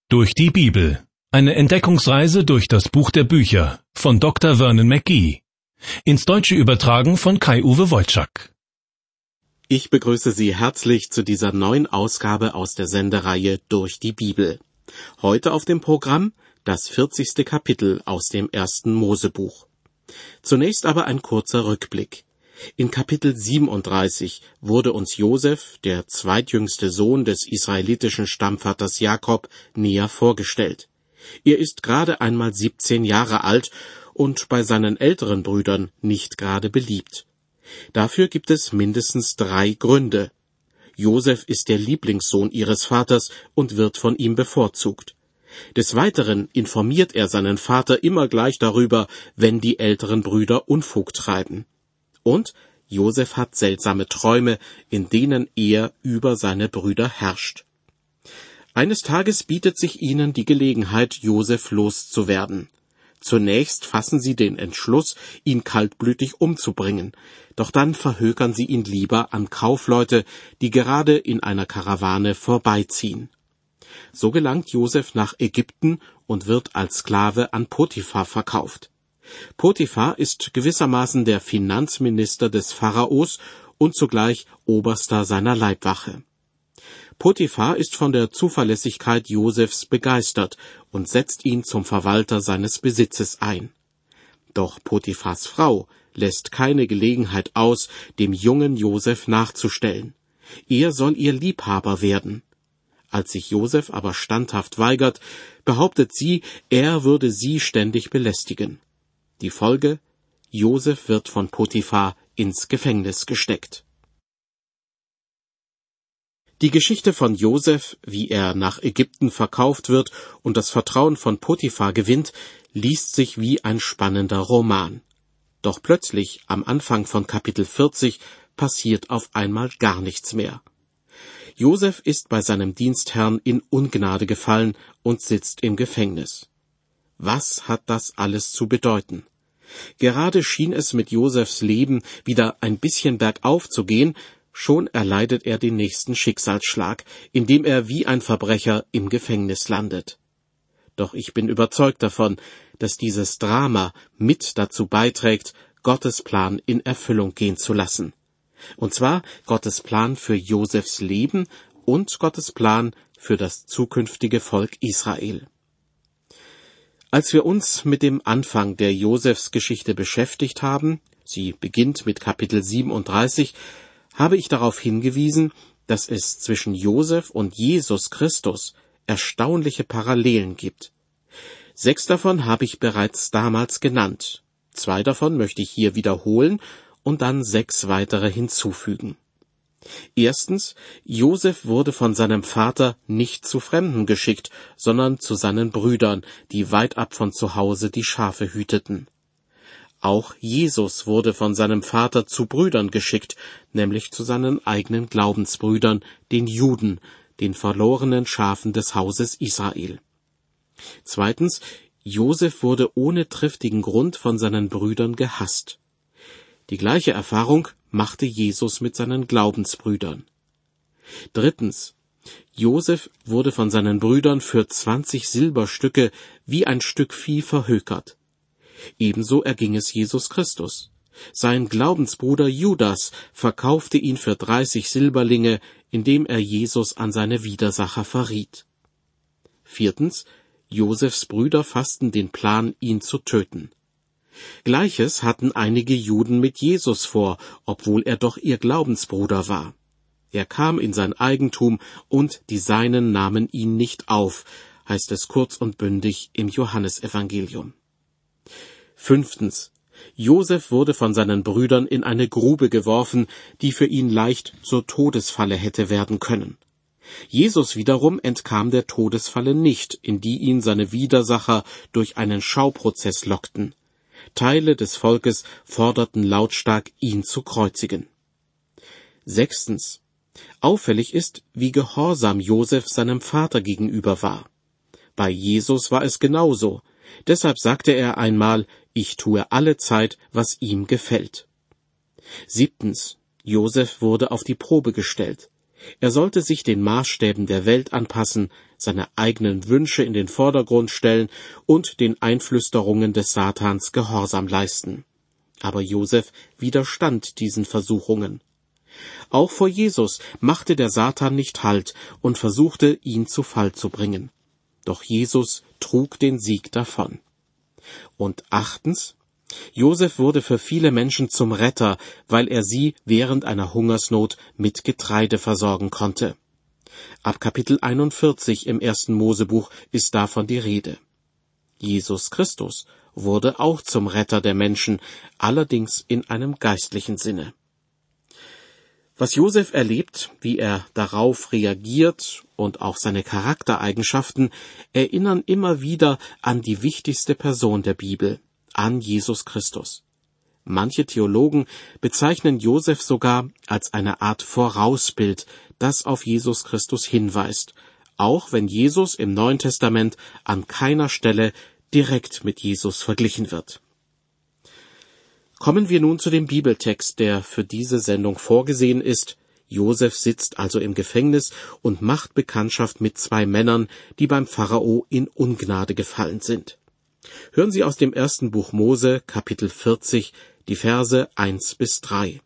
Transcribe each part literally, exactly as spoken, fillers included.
Durch die Bibel. Eine Entdeckungsreise durch das Buch der Bücher von Doktor Vernon McGee. Ins Deutsche übertragen von Kai-Uwe Wojczak. Ich begrüße Sie herzlich zu dieser neuen Ausgabe aus der Sendereihe Durch die Bibel. Heute auf dem Programm das vierzigste Kapitel aus dem ersten Mosebuch. Zunächst aber ein kurzer Rückblick. In Kapitel siebenunddreißig wurde uns Josef, der zweitjüngste Sohn des israelitischen Stammvaters Jakob, näher vorgestellt. Er ist gerade einmal siebzehn Jahre alt und bei seinen älteren Brüdern nicht gerade beliebt. Dafür gibt es mindestens drei Gründe. Josef ist der Lieblingssohn ihres Vaters und wird von ihm bevorzugt. Des Weiteren informiert er seinen Vater immer gleich darüber, wenn die älteren Brüder Unfug treiben. Und Josef hat seltsame Träume, in denen er über seine Brüder herrscht. Eines Tages bietet sich ihnen die Gelegenheit, Josef loszuwerden. Zunächst fassen sie den Entschluss, ihn kaltblütig umzubringen, doch dann verhökern sie ihn lieber an Kaufleute, die gerade in einer Karawane vorbeiziehen. So gelangt Josef nach Ägypten und wird als Sklave an Potiphar verkauft. Potiphar ist gewissermaßen der Finanzminister des Pharaos und zugleich Oberster seiner Leibwache. Potiphar ist von der Zuverlässigkeit Josefs begeistert und setzt ihn zum Verwalter seines Besitzes ein. Doch Potiphars Frau lässt keine Gelegenheit aus, dem jungen Josef nachzustellen. Er soll ihr Liebhaber werden. Als sich Josef aber standhaft weigert, behauptet sie, er würde sie ständig belästigen. Die Folge: Josef wird von Potiphar ins Gefängnis gesteckt. Die Geschichte von Josef, wie er nach Ägypten verkauft wird und das Vertrauen von Potiphar gewinnt, liest sich wie ein spannender Roman. Doch plötzlich, am Anfang von Kapitel vierzig, passiert auf einmal gar nichts mehr. Josef ist bei seinem Dienstherrn in Ungnade gefallen und sitzt im Gefängnis. Was hat das alles zu bedeuten? Gerade schien es mit Josefs Leben wieder ein bisschen bergauf zu gehen, schon erleidet er den nächsten Schicksalsschlag, indem er wie ein Verbrecher im Gefängnis landet. Doch ich bin überzeugt davon, dass dieses Drama mit dazu beiträgt, Gottes Plan in Erfüllung gehen zu lassen. Und zwar Gottes Plan für Josefs Leben und Gottes Plan für das zukünftige Volk Israel. Als wir uns mit dem Anfang der Josefsgeschichte beschäftigt haben, sie beginnt mit Kapitel siebenunddreißig, habe ich darauf hingewiesen, dass es zwischen Josef und Jesus Christus erstaunliche Parallelen gibt. Sechs davon habe ich bereits damals genannt. Zwei davon möchte ich hier wiederholen und dann sechs weitere hinzufügen. Erstens, Josef wurde von seinem Vater nicht zu Fremden geschickt, sondern zu seinen Brüdern, die weit ab von zu Hause die Schafe hüteten. Auch Jesus wurde von seinem Vater zu Brüdern geschickt, nämlich zu seinen eigenen Glaubensbrüdern, den Juden, den verlorenen Schafen des Hauses Israel. Zweitens, Josef wurde ohne triftigen Grund von seinen Brüdern gehasst. Die gleiche Erfahrung machte Jesus mit seinen Glaubensbrüdern. Drittens, Josef wurde von seinen Brüdern für zwanzig Silberstücke wie ein Stück Vieh verhökert. Ebenso erging es Jesus Christus. Sein Glaubensbruder Judas verkaufte ihn für dreißig Silberlinge, indem er Jesus an seine Widersacher verriet. Viertens, Josefs Brüder fassten den Plan, ihn zu töten. Gleiches hatten einige Juden mit Jesus vor, obwohl er doch ihr Glaubensbruder war. Er kam in sein Eigentum und die Seinen nahmen ihn nicht auf, heißt es kurz und bündig im Johannesevangelium. Fünftens. Josef wurde von seinen Brüdern in eine Grube geworfen, die für ihn leicht zur Todesfalle hätte werden können. Jesus wiederum entkam der Todesfalle nicht, in die ihn seine Widersacher durch einen Schauprozess lockten. Teile des Volkes forderten lautstark, ihn zu kreuzigen. Sechstens. Auffällig ist, wie gehorsam Josef seinem Vater gegenüber war. Bei Jesus war es genauso. Deshalb sagte er einmal, ich tue allezeit, was ihm gefällt. Siebtens. Josef wurde auf die Probe gestellt. Er sollte sich den Maßstäben der Welt anpassen, seine eigenen Wünsche in den Vordergrund stellen und den Einflüsterungen des Satans Gehorsam leisten. Aber Josef widerstand diesen Versuchungen. Auch vor Jesus machte der Satan nicht Halt und versuchte, ihn zu Fall zu bringen. Doch Jesus trug den Sieg davon. Und achtens, Josef wurde für viele Menschen zum Retter, weil er sie während einer Hungersnot mit Getreide versorgen konnte. Ab Kapitel einundvierzig im ersten Mosebuch ist davon die Rede. Jesus Christus wurde auch zum Retter der Menschen, allerdings in einem geistlichen Sinne. Was Josef erlebt, wie er darauf reagiert und auch seine Charaktereigenschaften erinnern immer wieder an die wichtigste Person der Bibel, an Jesus Christus. Manche Theologen bezeichnen Josef sogar als eine Art Vorausbild, das auf Jesus Christus hinweist, auch wenn Jesus im Neuen Testament an keiner Stelle direkt mit Jesus verglichen wird. Kommen wir nun zu dem Bibeltext, der für diese Sendung vorgesehen ist. Josef sitzt also im Gefängnis und macht Bekanntschaft mit zwei Männern, die beim Pharao in Ungnade gefallen sind. Hören Sie aus dem ersten Buch Mose, Kapitel vierzig, die Verse eins bis drei.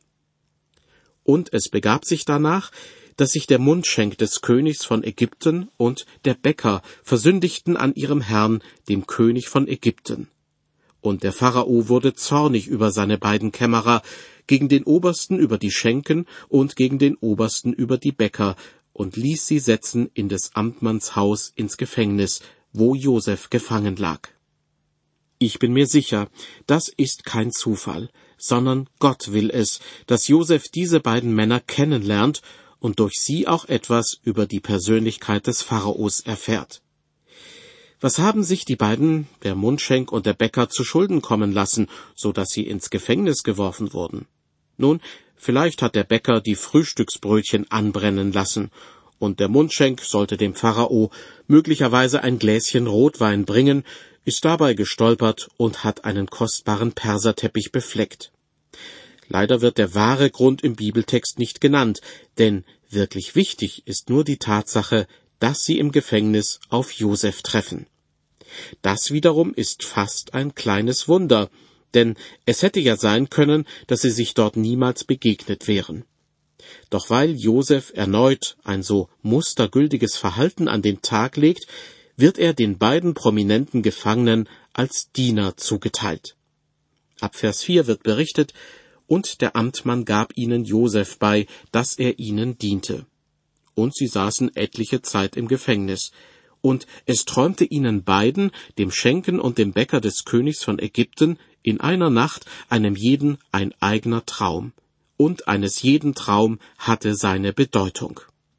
Und es begab sich danach, dass sich der Mundschenk des Königs von Ägypten und der Bäcker versündigten an ihrem Herrn, dem König von Ägypten. Und der Pharao wurde zornig über seine beiden Kämmerer, gegen den Obersten über die Schenken und gegen den Obersten über die Bäcker, und ließ sie setzen in des Amtmanns Haus ins Gefängnis, wo Josef gefangen lag. Ich bin mir sicher, das ist kein Zufall, sondern Gott will es, dass Josef diese beiden Männer kennenlernt und durch sie auch etwas über die Persönlichkeit des Pharaos erfährt. Was haben sich die beiden, der Mundschenk und der Bäcker, zu Schulden kommen lassen, so dass sie ins Gefängnis geworfen wurden? Nun, vielleicht hat der Bäcker die Frühstücksbrötchen anbrennen lassen, und der Mundschenk sollte dem Pharao möglicherweise ein Gläschen Rotwein bringen, ist dabei gestolpert und hat einen kostbaren Perserteppich befleckt. Leider wird der wahre Grund im Bibeltext nicht genannt, denn wirklich wichtig ist nur die Tatsache, dass sie im Gefängnis auf Josef treffen. Das wiederum ist fast ein kleines Wunder, denn es hätte ja sein können, dass sie sich dort niemals begegnet wären. Doch weil Josef erneut ein so mustergültiges Verhalten an den Tag legt, wird er den beiden prominenten Gefangenen als Diener zugeteilt. Ab Vers vier wird berichtet, und der Amtmann gab ihnen Josef bei, dass er ihnen diente. Und sie saßen etliche Zeit im Gefängnis. Und es träumte ihnen beiden, dem Schenken und dem Bäcker des Königs von Ägypten, in einer Nacht einem jeden ein eigener Traum. Und eines jeden Traum hatte seine Bedeutung.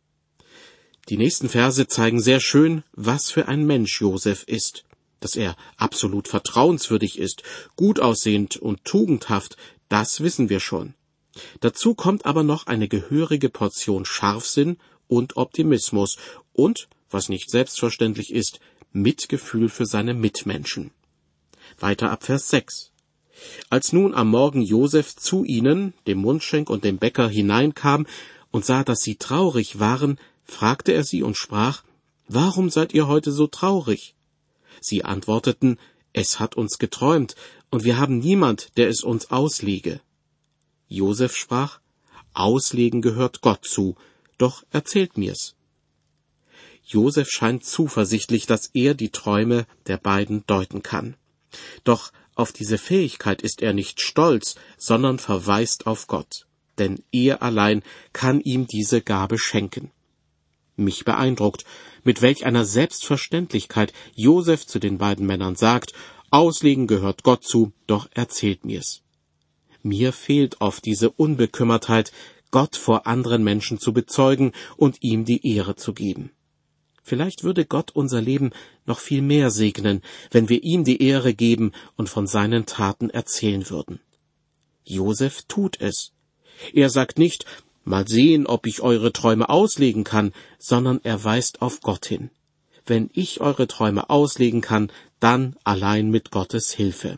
Die nächsten Verse zeigen sehr schön, was für ein Mensch Josef ist. Dass er absolut vertrauenswürdig ist, gut aussehend und tugendhaft, das wissen wir schon. Dazu kommt aber noch eine gehörige Portion Scharfsinn und Optimismus und, was nicht selbstverständlich ist, Mitgefühl für seine Mitmenschen. Weiter ab Vers sechs. Als nun am Morgen Josef zu ihnen, dem Mundschenk und dem Bäcker, hineinkam und sah, dass sie traurig waren, fragte er sie und sprach: »Warum seid ihr heute so traurig?« Sie antworteten: »Es hat uns geträumt, und wir haben niemand, der es uns auslege.« Josef sprach: »Auslegen gehört Gott zu, doch erzählt mir's.« Josef scheint zuversichtlich, dass er die Träume der beiden deuten kann. Doch auf diese Fähigkeit ist er nicht stolz, sondern verweist auf Gott, denn er allein kann ihm diese Gabe schenken. Mich beeindruckt, mit welch einer Selbstverständlichkeit Josef zu den beiden Männern sagt: »Auslegen gehört Gott zu, doch erzählt mir's.« Mir fehlt oft diese Unbekümmertheit, Gott vor anderen Menschen zu bezeugen und ihm die Ehre zu geben. Vielleicht würde Gott unser Leben noch viel mehr segnen, wenn wir ihm die Ehre geben und von seinen Taten erzählen würden. Josef tut es. Er sagt nicht: »Mal sehen, ob ich eure Träume auslegen kann«, sondern er weist auf Gott hin. Wenn ich eure Träume auslegen kann, dann allein mit Gottes Hilfe.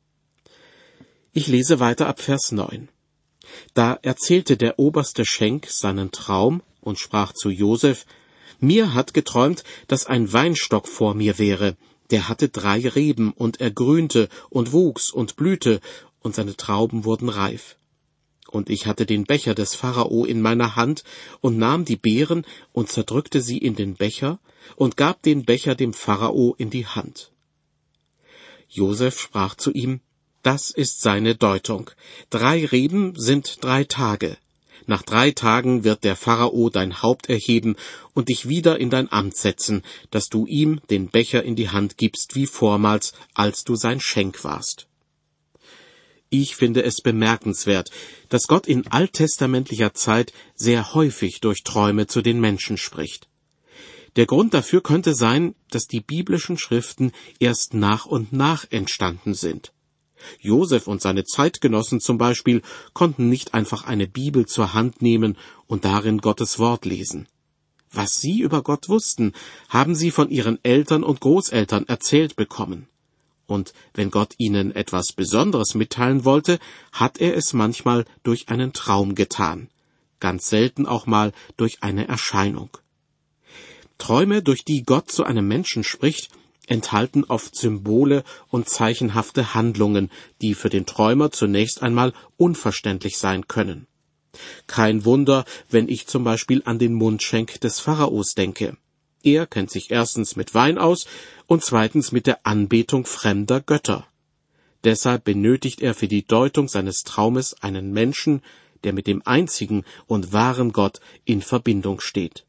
Ich lese weiter ab Vers neun. Da erzählte der oberste Schenk seinen Traum und sprach zu Josef: Mir hat geträumt, dass ein Weinstock vor mir wäre, der hatte drei Reben, und er grünte und wuchs und blühte, und seine Trauben wurden reif. Und ich hatte den Becher des Pharao in meiner Hand und nahm die Beeren und zerdrückte sie in den Becher und gab den Becher dem Pharao in die Hand. Josef sprach zu ihm: Das ist seine Deutung. Drei Reben sind drei Tage. Nach drei Tagen wird der Pharao dein Haupt erheben und dich wieder in dein Amt setzen, dass du ihm den Becher in die Hand gibst wie vormals, als du sein Schenk warst. Ich finde es bemerkenswert, dass Gott in alttestamentlicher Zeit sehr häufig durch Träume zu den Menschen spricht. Der Grund dafür könnte sein, dass die biblischen Schriften erst nach und nach entstanden sind. Josef und seine Zeitgenossen zum Beispiel konnten nicht einfach eine Bibel zur Hand nehmen und darin Gottes Wort lesen. Was sie über Gott wussten, haben sie von ihren Eltern und Großeltern erzählt bekommen. Und wenn Gott ihnen etwas Besonderes mitteilen wollte, hat er es manchmal durch einen Traum getan, ganz selten auch mal durch eine Erscheinung. Träume, durch die Gott zu einem Menschen spricht, enthalten oft Symbole und zeichenhafte Handlungen, die für den Träumer zunächst einmal unverständlich sein können. Kein Wunder, wenn ich zum Beispiel an den Mundschenk des Pharaos denke. Er kennt sich erstens mit Wein aus und zweitens mit der Anbetung fremder Götter. Deshalb benötigt er für die Deutung seines Traumes einen Menschen, der mit dem einzigen und wahren Gott in Verbindung steht.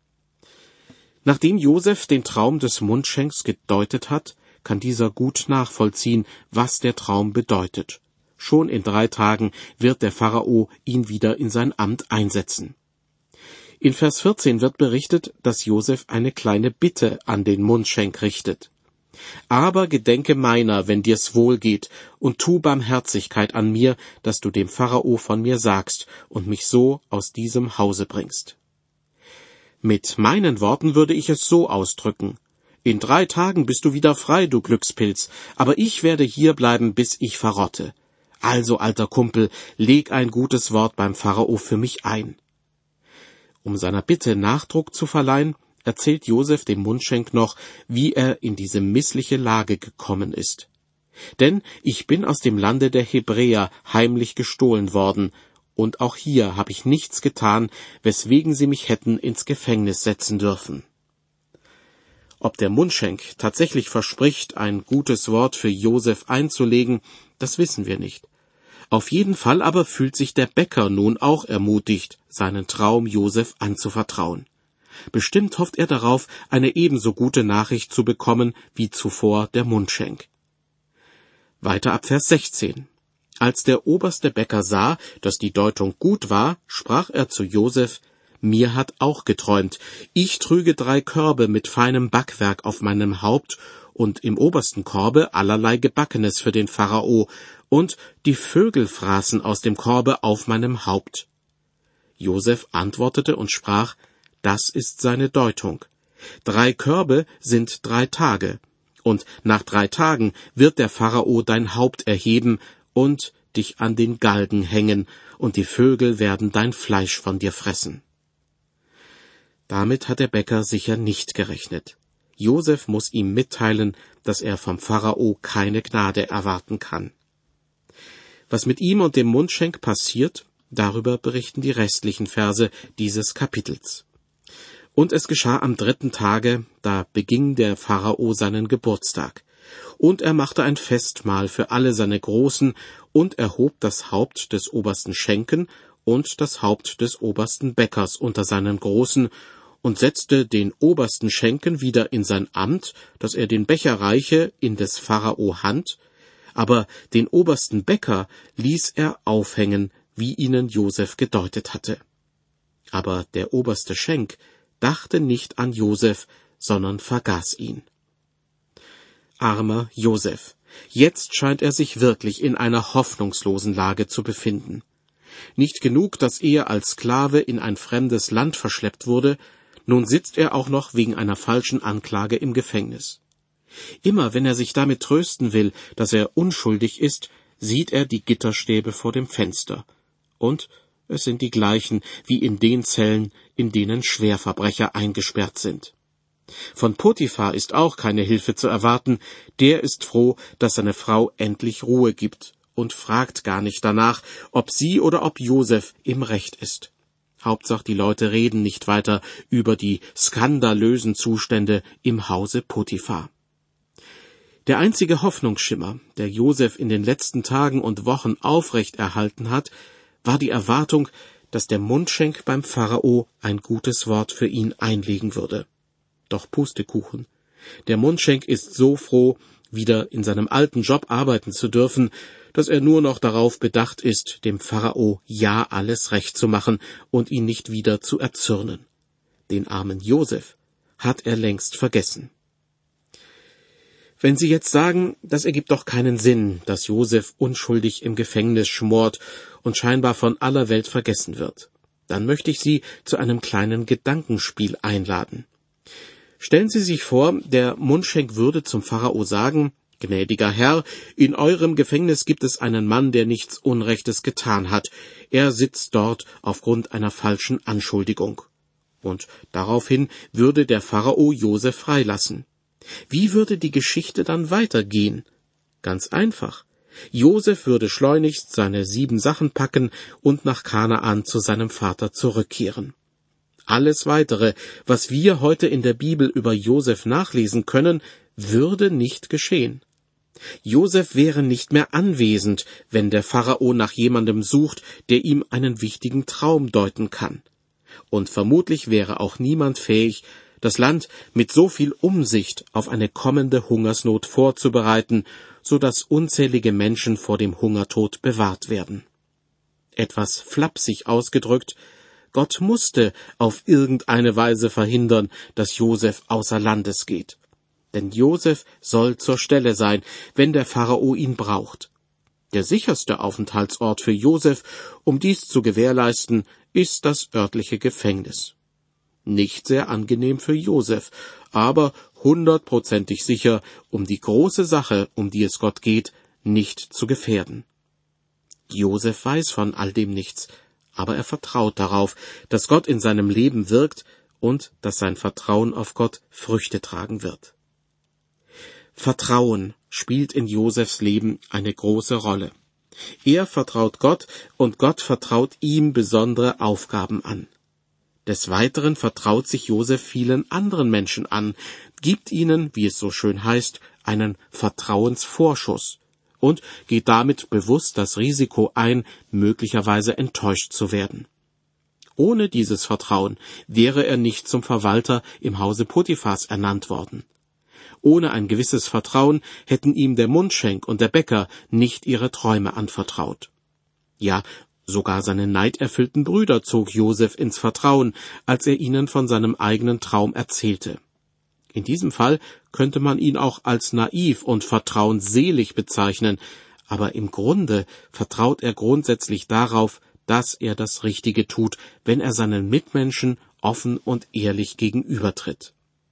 Nachdem Josef den Traum des Mundschenks gedeutet hat, kann dieser gut nachvollziehen, was der Traum bedeutet. Schon in drei Tagen wird der Pharao ihn wieder in sein Amt einsetzen. In Vers vierzehn wird berichtet, dass Josef eine kleine Bitte an den Mundschenk richtet. Aber gedenke meiner, wenn dir's wohl geht, und tu Barmherzigkeit an mir, dass du dem Pharao von mir sagst und mich so aus diesem Hause bringst. Mit meinen Worten würde ich es so ausdrücken: In drei Tagen bist du wieder frei, du Glückspilz, aber ich werde hier bleiben, bis ich verrotte. Also, alter Kumpel, leg ein gutes Wort beim Pharao für mich ein. Um seiner Bitte Nachdruck zu verleihen, erzählt Josef dem Mundschenk noch, wie er in diese missliche Lage gekommen ist. Denn ich bin aus dem Lande der Hebräer heimlich gestohlen worden, und auch hier habe ich nichts getan, weswegen sie mich hätten ins Gefängnis setzen dürfen. Ob der Mundschenk tatsächlich verspricht, ein gutes Wort für Josef einzulegen, das wissen wir nicht. Auf jeden Fall aber fühlt sich der Bäcker nun auch ermutigt, seinen Traum Josef anzuvertrauen. Bestimmt hofft er darauf, eine ebenso gute Nachricht zu bekommen wie zuvor der Mundschenk. Weiter ab Vers sechzehn. Als der oberste Bäcker sah, dass die Deutung gut war, sprach er zu Josef: Mir hat auch geträumt, ich trüge drei Körbe mit feinem Backwerk auf meinem Haupt und im obersten Korbe allerlei Gebackenes für den Pharao, und die Vögel fraßen aus dem Korbe auf meinem Haupt. Josef antwortete und sprach: Das ist seine Deutung. Drei Körbe sind drei Tage, und nach drei Tagen wird der Pharao dein Haupt erheben und dich an den Galgen hängen, und die Vögel werden dein Fleisch von dir fressen. Damit hat der Bäcker sicher nicht gerechnet. Josef muss ihm mitteilen, dass er vom Pharao keine Gnade erwarten kann. Was mit ihm und dem Mundschenk passiert, darüber berichten die restlichen Verse dieses Kapitels. Und es geschah am dritten Tage, da beging der Pharao seinen Geburtstag. Und er machte ein Festmahl für alle seine Großen und erhob das Haupt des obersten Schenken und das Haupt des obersten Bäckers unter seinen Großen und setzte den obersten Schenken wieder in sein Amt, dass er den Becher reiche in des Pharao Hand, aber den obersten Bäcker ließ er aufhängen, wie ihnen Josef gedeutet hatte. Aber der oberste Schenk dachte nicht an Josef, sondern vergaß ihn. Armer Josef, jetzt scheint er sich wirklich in einer hoffnungslosen Lage zu befinden. Nicht genug, dass er als Sklave in ein fremdes Land verschleppt wurde, nun sitzt er auch noch wegen einer falschen Anklage im Gefängnis. Immer wenn er sich damit trösten will, dass er unschuldig ist, sieht er die Gitterstäbe vor dem Fenster. Und Es sind die gleichen wie in den Zellen, in denen Schwerverbrecher eingesperrt sind. Von Potiphar ist auch keine Hilfe zu erwarten, der ist froh, dass seine Frau endlich Ruhe gibt und fragt gar nicht danach, ob sie oder ob Josef im Recht ist. Hauptsache, die Leute reden nicht weiter über die skandalösen Zustände im Hause Potiphar. Der einzige Hoffnungsschimmer, der Josef in den letzten Tagen und Wochen aufrecht erhalten hat, war die Erwartung, dass der Mundschenk beim Pharao ein gutes Wort für ihn einlegen würde. Doch Pustekuchen. Der Mundschenk ist so froh, wieder in seinem alten Job arbeiten zu dürfen, dass er nur noch darauf bedacht ist, dem Pharao ja alles recht zu machen und ihn nicht wieder zu erzürnen. Den armen Josef hat er längst vergessen. Wenn Sie jetzt sagen, das ergibt doch keinen Sinn, dass Josef unschuldig im Gefängnis schmort und scheinbar von aller Welt vergessen wird, dann möchte ich Sie zu einem kleinen Gedankenspiel einladen. Stellen Sie sich vor, der Mundschenk würde zum Pharao sagen: »Gnädiger Herr, in eurem Gefängnis gibt es einen Mann, der nichts Unrechtes getan hat. Er sitzt dort aufgrund einer falschen Anschuldigung.« Und daraufhin würde der Pharao Josef freilassen. Wie würde die Geschichte dann weitergehen? Ganz einfach. Josef würde schleunigst seine sieben Sachen packen und nach Kanaan zu seinem Vater zurückkehren. Alles Weitere, was wir heute in der Bibel über Josef nachlesen können, würde nicht geschehen. Josef wäre nicht mehr anwesend, wenn der Pharao nach jemandem sucht, der ihm einen wichtigen Traum deuten kann. Und vermutlich wäre auch niemand fähig, das Land mit so viel Umsicht auf eine kommende Hungersnot vorzubereiten, so dass unzählige Menschen vor dem Hungertod bewahrt werden. Etwas flapsig ausgedrückt: Gott musste auf irgendeine Weise verhindern, dass Josef außer Landes geht. Denn Josef soll zur Stelle sein, wenn der Pharao ihn braucht. Der sicherste Aufenthaltsort für Josef, um dies zu gewährleisten, ist das örtliche Gefängnis. Nicht sehr angenehm für Josef, aber hundertprozentig sicher, um die große Sache, um die es Gott geht, nicht zu gefährden. Josef weiß von all dem nichts, aber er vertraut darauf, dass Gott in seinem Leben wirkt und dass sein Vertrauen auf Gott Früchte tragen wird. Vertrauen spielt in Josefs Leben eine große Rolle. Er vertraut Gott und Gott vertraut ihm besondere Aufgaben an. Des Weiteren vertraut sich Josef vielen anderen Menschen an, gibt ihnen, wie es so schön heißt, einen Vertrauensvorschuss und geht damit bewusst das Risiko ein, möglicherweise enttäuscht zu werden. Ohne dieses Vertrauen wäre er nicht zum Verwalter im Hause Potiphars ernannt worden. Ohne ein gewisses Vertrauen hätten ihm der Mundschenk und der Bäcker nicht ihre Träume anvertraut. Ja, sogar seine neiderfüllten Brüder zog Josef ins Vertrauen, als er ihnen von seinem eigenen Traum erzählte. In diesem Fall könnte man ihn auch als naiv und vertrauensselig bezeichnen, aber im Grunde vertraut er grundsätzlich darauf, dass er das Richtige tut, wenn er seinen Mitmenschen offen und ehrlich gegenübertritt.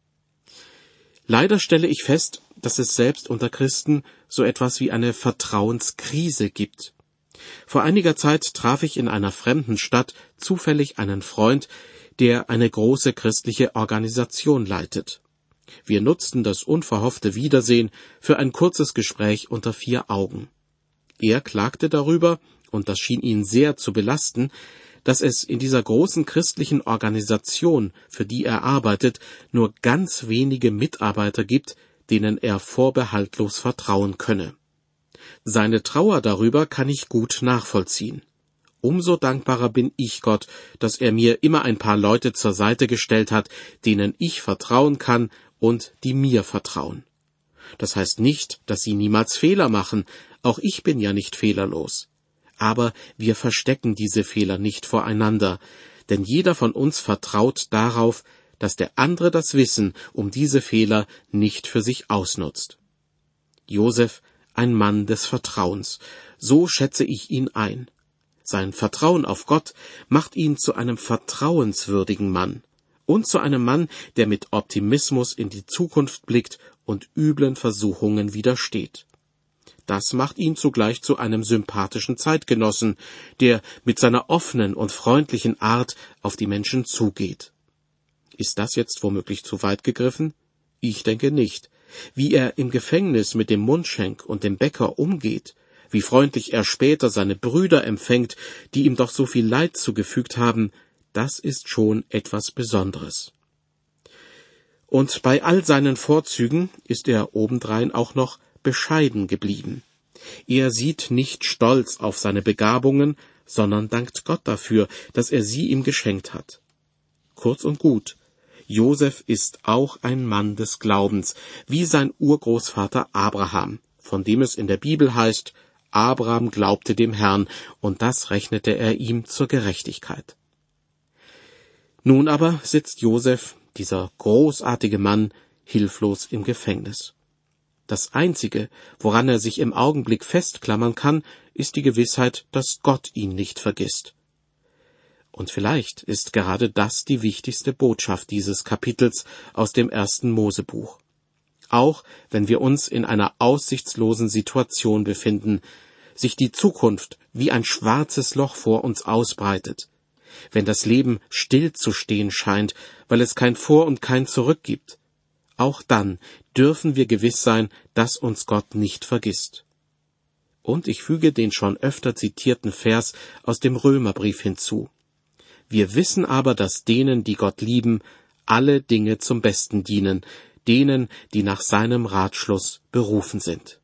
Leider stelle ich fest, dass es selbst unter Christen so etwas wie eine Vertrauenskrise gibt. Vor einiger Zeit traf ich in einer fremden Stadt zufällig einen Freund, der eine große christliche Organisation leitet. Wir nutzten das unverhoffte Wiedersehen für ein kurzes Gespräch unter vier Augen. Er klagte darüber, und das schien ihn sehr zu belasten, dass es in dieser großen christlichen Organisation, für die er arbeitet, nur ganz wenige Mitarbeiter gibt, denen er vorbehaltlos vertrauen könne. Seine Trauer darüber kann ich gut nachvollziehen. Umso dankbarer bin ich Gott, dass er mir immer ein paar Leute zur Seite gestellt hat, denen ich vertrauen kann und die mir vertrauen. Das heißt nicht, dass sie niemals Fehler machen, auch ich bin ja nicht fehlerlos. Aber wir verstecken diese Fehler nicht voreinander, denn jeder von uns vertraut darauf, dass der andere das Wissen um diese Fehler nicht für sich ausnutzt. Josef, ein Mann des Vertrauens, so schätze ich ihn ein. Sein Vertrauen auf Gott macht ihn zu einem vertrauenswürdigen Mann und zu einem Mann, der mit Optimismus in die Zukunft blickt und üblen Versuchungen widersteht. Das macht ihn zugleich zu einem sympathischen Zeitgenossen, der mit seiner offenen und freundlichen Art auf die Menschen zugeht. Ist das jetzt womöglich zu weit gegriffen? Ich denke nicht. Wie er im Gefängnis mit dem Mundschenk und dem Bäcker umgeht, wie freundlich er später seine Brüder empfängt, die ihm doch so viel Leid zugefügt haben, das ist schon etwas Besonderes. Und bei all seinen Vorzügen ist er obendrein auch noch bescheiden geblieben. Er sieht nicht stolz auf seine Begabungen, sondern dankt Gott dafür, dass er sie ihm geschenkt hat. Kurz und gut, Josef ist auch ein Mann des Glaubens, wie sein Urgroßvater Abraham, von dem es in der Bibel heißt, Abraham glaubte dem Herrn, und das rechnete er ihm zur Gerechtigkeit. Nun aber sitzt Josef, dieser großartige Mann, hilflos im Gefängnis. Das Einzige, woran er sich im Augenblick festklammern kann, ist die Gewissheit, dass Gott ihn nicht vergisst. Und vielleicht ist gerade das die wichtigste Botschaft dieses Kapitels aus dem ersten Mosebuch. Auch wenn wir uns in einer aussichtslosen Situation befinden, sich die Zukunft wie ein schwarzes Loch vor uns ausbreitet, wenn das Leben stillzustehen scheint, weil es kein Vor und kein Zurück gibt, auch dann dürfen wir gewiss sein, dass uns Gott nicht vergisst. Und ich füge den schon öfter zitierten Vers aus dem Römerbrief hinzu. Wir wissen aber, dass denen, die Gott lieben, alle Dinge zum Besten dienen, denen, die nach seinem Ratschluss berufen sind.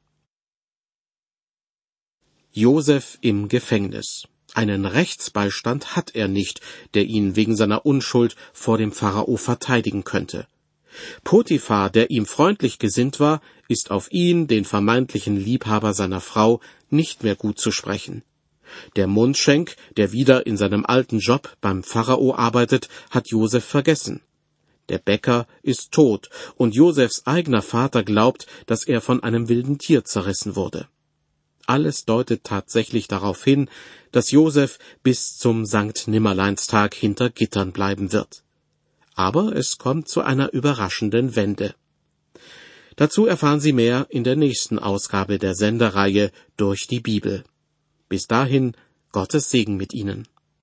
Josef im Gefängnis. Einen Rechtsbeistand hat er nicht, der ihn wegen seiner Unschuld vor dem Pharao verteidigen könnte. Potiphar, der ihm freundlich gesinnt war, ist auf ihn, den vermeintlichen Liebhaber seiner Frau, nicht mehr gut zu sprechen. Der Mundschenk, der wieder in seinem alten Job beim Pharao arbeitet, hat Josef vergessen. Der Bäcker ist tot, und Josefs eigener Vater glaubt, dass er von einem wilden Tier zerrissen wurde. Alles deutet tatsächlich darauf hin, dass Josef bis zum Sankt-Nimmerleinstag hinter Gittern bleiben wird. Aber es kommt zu einer überraschenden Wende. Dazu erfahren Sie mehr in der nächsten Ausgabe der Sendereihe Durch die Bibel. Bis dahin, Gottes Segen mit Ihnen.